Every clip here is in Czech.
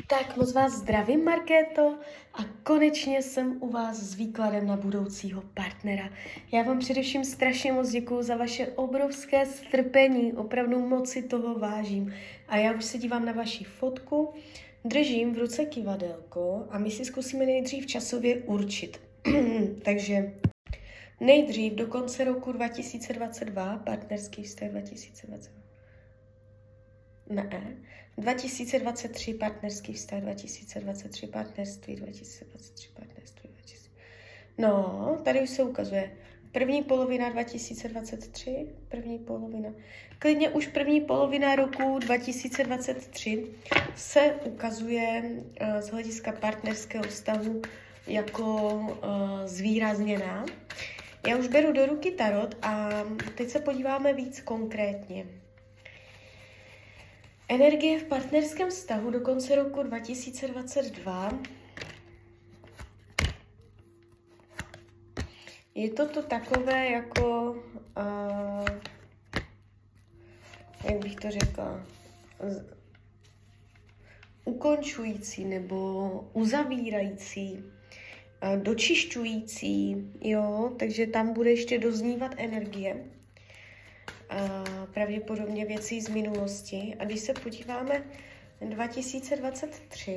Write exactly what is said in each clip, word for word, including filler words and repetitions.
Tak moc vás zdravím, Markéto, a konečně jsem u vás s výkladem na budoucího partnera. Já vám především strašně moc děkuju za vaše obrovské strpení, opravdu moc si toho vážím. A já už se dívám na vaši fotku, držím v ruce kivadelko a my si zkusíme nejdřív časově určit. Takže nejdřív do konce roku dva tisíce dvacet dva, partnerský vztah dva tisíce dvacet dva. Ne. dva tisíce dvacet tři partnerský vztah, dva tisíce dvacet tři partnerství, dva tisíce dvacet tři partnerství, dva tisíce... No, tady už se ukazuje. První polovina dva tisíce dvacet tři, první polovina. Klidně už první polovina roku dva tisíce dvacet tři se ukazuje uh, z hlediska partnerského vztahu jako uh, zvýrazněná. Já už beru do ruky tarot a teď se podíváme víc konkrétně. Energie v partnerském vztahu do konce roku dva tisíce dvacet dva. Je to to takové jako, uh, jak bych to řekla, z, ukončující nebo uzavírající, uh, dočišťující, jo, takže tam bude ještě doznívat energie. A pravděpodobně věcí z minulosti. A když se podíváme dva tisíce dvacet tři,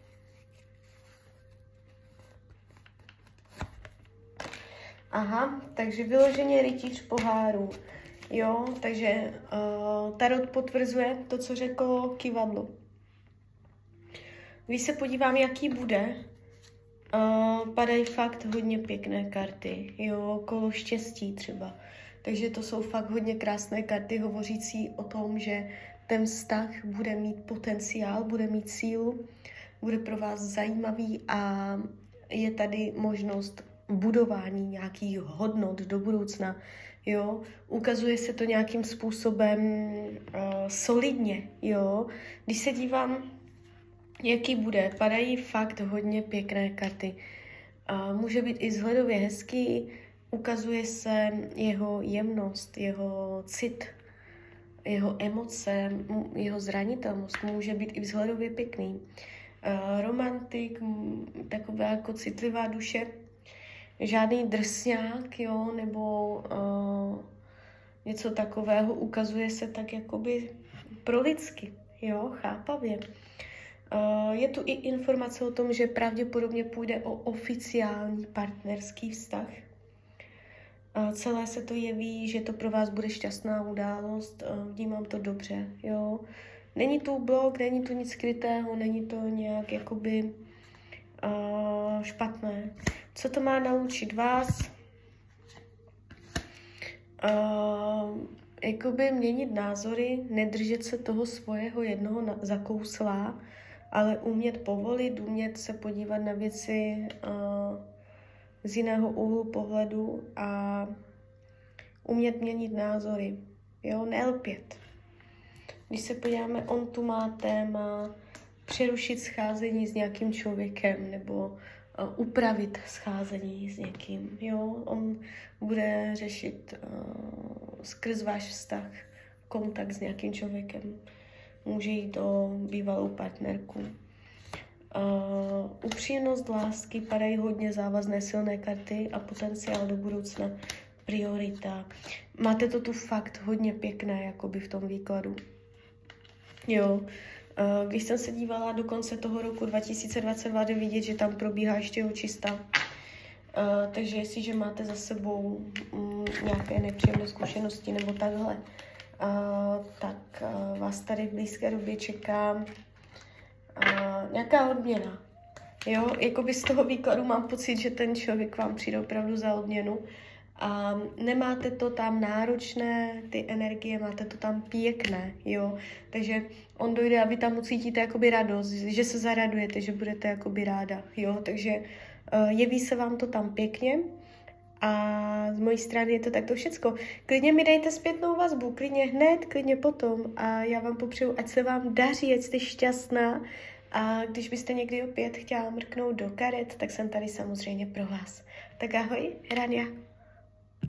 aha, takže vyloženě rytíř pohárů. Jo, takže uh, tarot potvrzuje to, co řeklo kivadlo. Když se podívám, jaký bude, uh, padají fakt hodně pěkné karty. Jo, kolo štěstí třeba. Takže to jsou fakt hodně krásné karty hovořící o tom, že ten vztah bude mít potenciál, bude mít sílu, bude pro vás zajímavý a je tady možnost budování nějakých hodnot do budoucna. Jo? Ukazuje se to nějakým způsobem uh, solidně. Jo? Když se dívám, jaký bude, padají fakt hodně pěkné karty. Uh, může být i vzhledově hezký, ukazuje se jeho jemnost, jeho cit, jeho emoce, jeho zranitelnost. Může být i vzhledově pěkný. Uh, romantik, taková jako citlivá duše, žádný drsňák, jo, nebo uh, něco takového, ukazuje se tak jakoby pro lidsky, jo, chápavě. Uh, je tu i informace o tom, že pravděpodobně půjde o oficiální partnerský vztah. Celé se to jeví, že to pro vás bude šťastná událost, vnímám to dobře, jo. Není tu blok, není tu nic skrytého, není to nějak jakoby uh, špatné. Co to má naučit vás? Uh, jakoby měnit názory, nedržet se toho svého jednoho na, zakousla, ale umět povolit, umět se podívat na věci uh, z jiného úhlu pohledu a umět měnit názory, jo, nelpět. Když se podíváme, on tu má téma přerušit scházení s nějakým člověkem nebo uh, upravit scházení s někým, jo, on bude řešit uh, skrz váš vztah kontakt s nějakým člověkem, může jít o bývalou partnerku. Uh, upřímnost, lásky, padají hodně závazné silné karty a potenciál do budoucna, priorita. Máte to tu fakt hodně pěkné, jakoby v tom výkladu. Jo, uh, když jsem se dívala do konce toho roku dva tisíce dvacet dva, jde vidět, že tam probíhá ještě očista. Uh, takže jestliže máte za sebou um, nějaké nepříjemné zkušenosti nebo takhle, uh, tak uh, vás tady v blízké době čeká Uh, nějaká odměna. Jo, jakoby z toho výkladu mám pocit, že ten člověk vám přijde opravdu za odměnu a nemáte to tam náročné, ty energie, máte to tam pěkné, jo, takže on dojde a vy tam ucítíte jakoby radost, že se zaradujete, že budete jakoby ráda, jo, takže uh, jeví se vám to tam pěkně a z mojí strany je to takto všecko. Klidně mi dejte zpětnou vazbu, klidně hned, klidně potom a já vám popřeju, ať se vám daří, ať jste šťastná a když byste někdy opět chtěla mrknout do karet, tak jsem tady samozřejmě pro vás. Tak ahoj, Rania.